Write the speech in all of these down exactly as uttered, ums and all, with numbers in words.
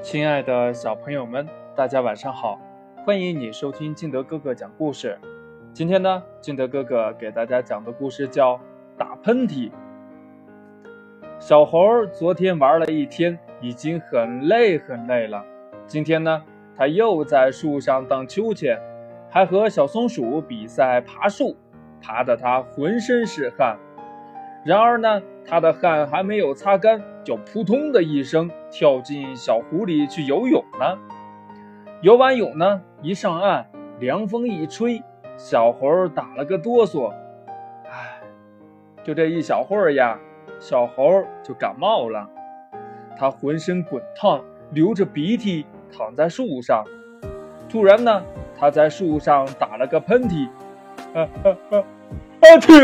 亲爱的小朋友们，大家晚上好，欢迎你收听金德哥哥讲故事。今天呢，金德哥哥给大家讲的故事叫打喷嚏。小猴昨天玩了一天，已经很累很累了。今天呢，他又在树上荡秋千，还和小松鼠比赛爬树，爬得他浑身是汗。然而呢，他的汗还没有擦干，就扑通的一声跳进小湖里去游泳了。游完泳呢，一上岸，凉风一吹，小猴打了个哆嗦。唉，就这一小会儿呀，小猴就感冒了。他浑身滚烫，流着鼻涕，躺在树上。突然呢，他在树上打了个喷嚏，啊啊啊啊！停！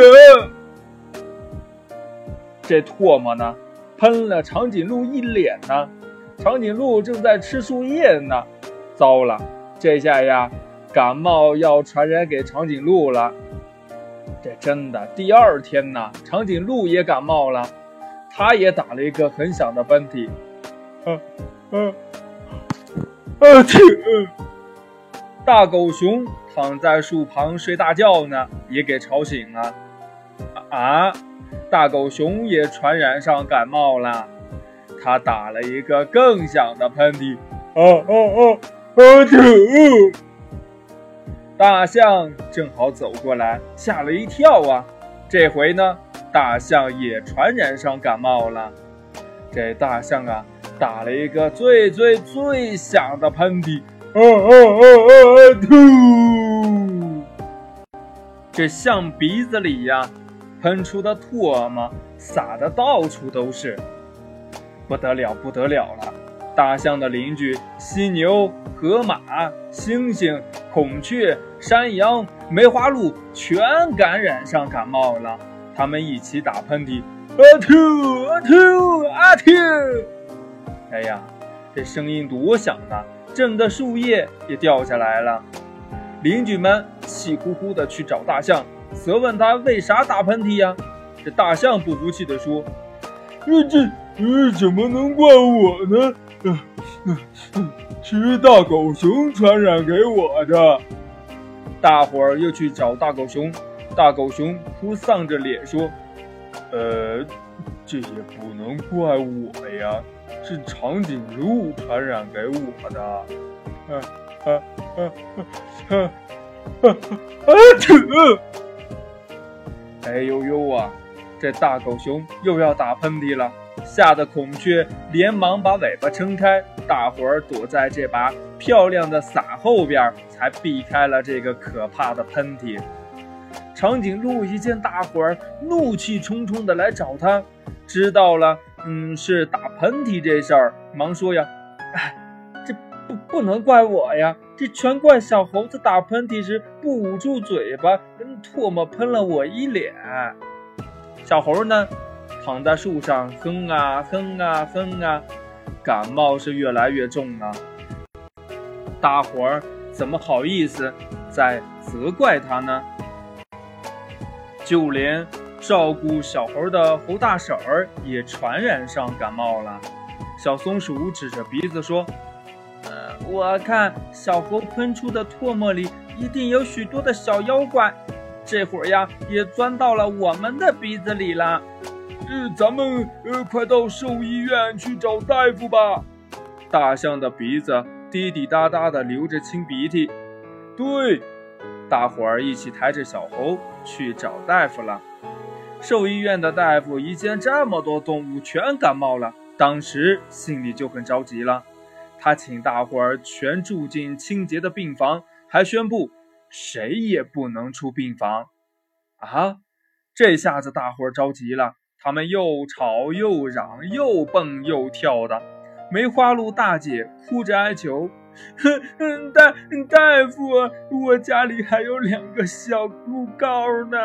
这唾沫呢，喷了长颈鹿一脸呢。长颈鹿正在吃树叶呢。糟了，这下呀，感冒要传染给长颈鹿了。这真的，第二天呢，长颈鹿也感冒了，他也打了一个很响的喷嚏。啊啊啊！停！大狗熊躺在树旁睡大觉呢，也给吵醒了。啊！大狗熊也传染上感冒了，他打了一个更响的喷嚏。啊啊啊啊！停！大象正好走过来，吓了一跳啊！这回呢，大象也传染上感冒了。这大象啊，打了一个最最最响的喷嚏。啊啊啊啊！吐！这象鼻子里呀，喷出的唾沫洒得到处都是，不得了不得了了！大象的邻居犀牛、河马、猩猩、孔雀、山羊、梅花鹿全感染上感冒了，他们一起打喷嚏，啊吐啊吐啊吐！哎呀，这声音多响啊，震得树叶也掉下来了。邻居们气呼呼地去找大象，责问他为啥打喷嚏呀？这大象不服气地说：“呃，这呃怎么能怪我呢？呃呃、是大狗熊传染给我的。”大伙儿又去找大狗熊，大狗熊哭丧着脸说：“呃，这也不能怪我呀，是长颈鹿传染给我的。”啊啊啊啊啊啊！停！哎呦呦啊！这大狗熊又要打喷嚏了，吓得孔雀连忙把尾巴撑开，大伙儿躲在这把漂亮的伞后边，才避开了这个可怕的喷嚏。长颈鹿一见大伙儿怒气冲冲的来找他，知道了，嗯，是打喷嚏这事儿，忙说呀：“哎，这不不能怪我呀，这全怪小猴子打喷嚏时不捂住嘴巴，唾沫喷了我一脸。”小猴呢，躺在树上哼啊哼啊哼啊，感冒是越来越重了。大伙儿怎么好意思再责怪他呢？就连照顾小猴的猴大婶儿也传染上感冒了。小松鼠指着鼻子说：“呃，我看小猴喷出的唾沫里一定有许多的小妖怪。这会儿呀，也钻到了我们的鼻子里了。呃，咱们呃，快到兽医院去找大夫吧。”大象的鼻子滴滴答答地流着清鼻涕。对，大伙儿一起抬着小猴去找大夫了。兽医院的大夫一见这么多动物全感冒了，当时心里就很着急了。他请大伙儿全住进清洁的病房，还宣布谁也不能出病房。啊，这下子大伙儿着急了，他们又吵又嚷，又蹦又跳的。梅花鹿大姐哭着哀求：“大大夫，我家里还有两个小鹿羔呢。”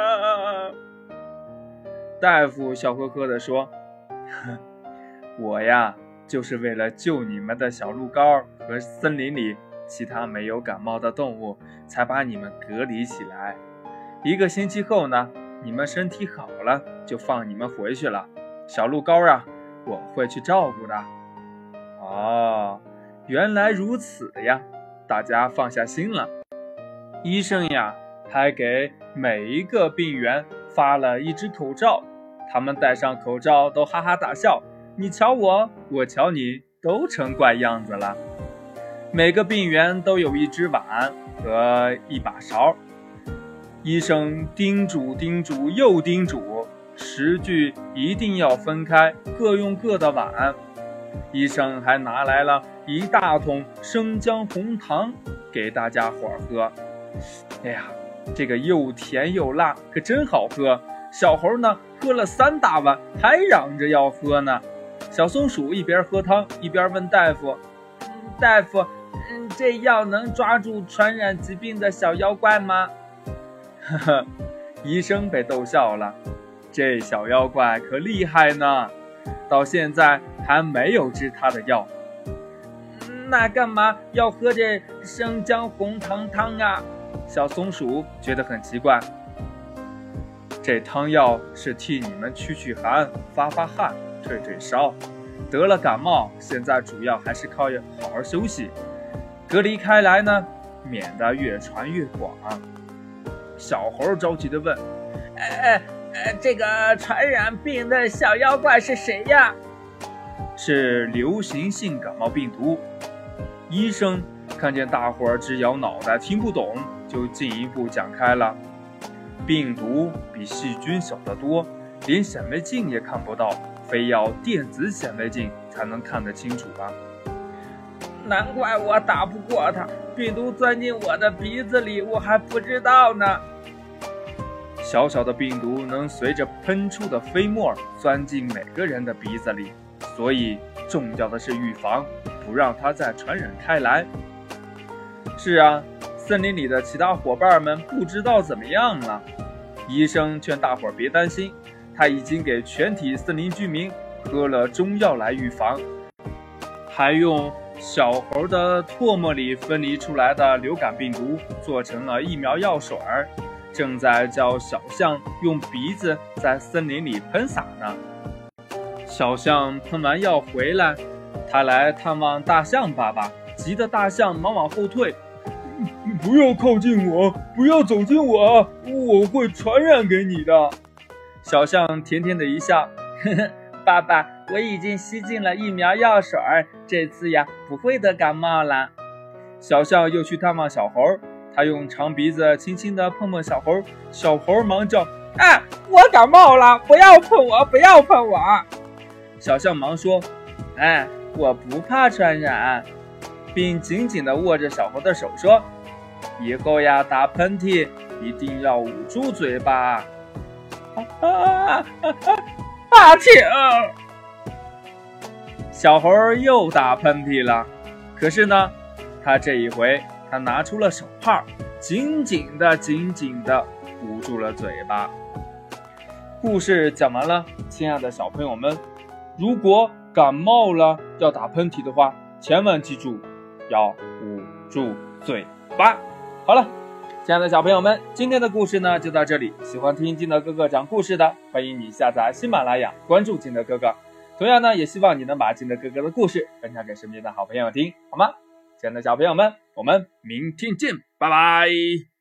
大夫笑呵呵地说：“我呀，就是为了救你们的小鹿羔和森林里其他没有感冒的动物，才把你们隔离起来。一个星期后呢，你们身体好了，就放你们回去了。小鹿羔啊，我会去照顾的。”哦， 原来如此呀，大家放下心了。医生呀，还给每一个病员发了一只口罩，他们戴上口罩都哈哈大笑，你瞧我，我瞧你，都成怪样子了。每个病员都有一只碗和一把勺，医生叮嘱叮嘱又叮嘱，食具一定要分开，各用各的碗。医生还拿来了一大桶生姜红糖给大家伙喝。哎呀，这个又甜又辣，可真好喝。小猴呢，喝了三大碗，还嚷着要喝呢。小松鼠一边喝汤一边问大夫：“嗯、大夫，嗯，这药能抓住传染疾病的小妖怪吗？”呵呵，医生被逗笑了。这小妖怪可厉害呢，到现在还没有治他的药。那干嘛要喝这生姜红糖汤啊？小松鼠觉得很奇怪。这汤药是替你们驱驱寒、发发汗、退退烧。得了感冒，现在主要还是靠好好休息，隔离开来呢，免得越传越广。小猴着急地问：“呃呃，这个传染病的小妖怪是谁呀？”是流行性感冒病毒。医生看见大伙儿直摇脑袋听不懂，就进一步讲开了。病毒比细菌小得多，连显微镜也看不到，非要电子显微镜才能看得清楚啊。难怪我打不过它，病毒钻进我的鼻子里，我还不知道呢。小小的病毒能随着喷出的飞沫钻进每个人的鼻子里，所以重要的是预防，不让它再传染开来。是啊，森林里的其他伙伴们不知道怎么样了。医生劝大伙儿别担心，他已经给全体森林居民喝了中药来预防，还用小猴的唾沫里分离出来的流感病毒做成了疫苗药水儿，正在叫小象用鼻子在森林里喷洒呢。小象喷完药回来，他来探望大象爸爸，急得大象忙往后退。不要靠近我，不要走近我，我会传染给你的。小象甜甜的一笑，呵呵，爸爸，我已经吸进了疫苗药水，这次呀不会得感冒了。小象又去探望小猴，他用长鼻子轻轻地碰碰小猴，小猴忙叫：啊，我感冒了，不要碰我，不要碰我。小象忙说：哎，我不怕传染，并紧紧地握着小猴的手说：以后呀，打喷嚏一定要捂住嘴巴。啊啊啊啊！请！小猴又打喷嚏了，可是呢，他这一回他拿出了手帕，紧紧的、紧紧的捂住了嘴巴。故事讲完了，亲爱的小朋友们，如果感冒了要打喷嚏的话，千万记住要捂住嘴巴。好了，亲爱的小朋友们，今天的故事呢就到这里。喜欢听金德哥哥讲故事的，欢迎你下载喜马拉雅，关注金德哥哥。同样呢，也希望你能把金德哥哥的故事分享给身边的好朋友听，好吗？亲爱的小朋友们，我们明天见，拜拜。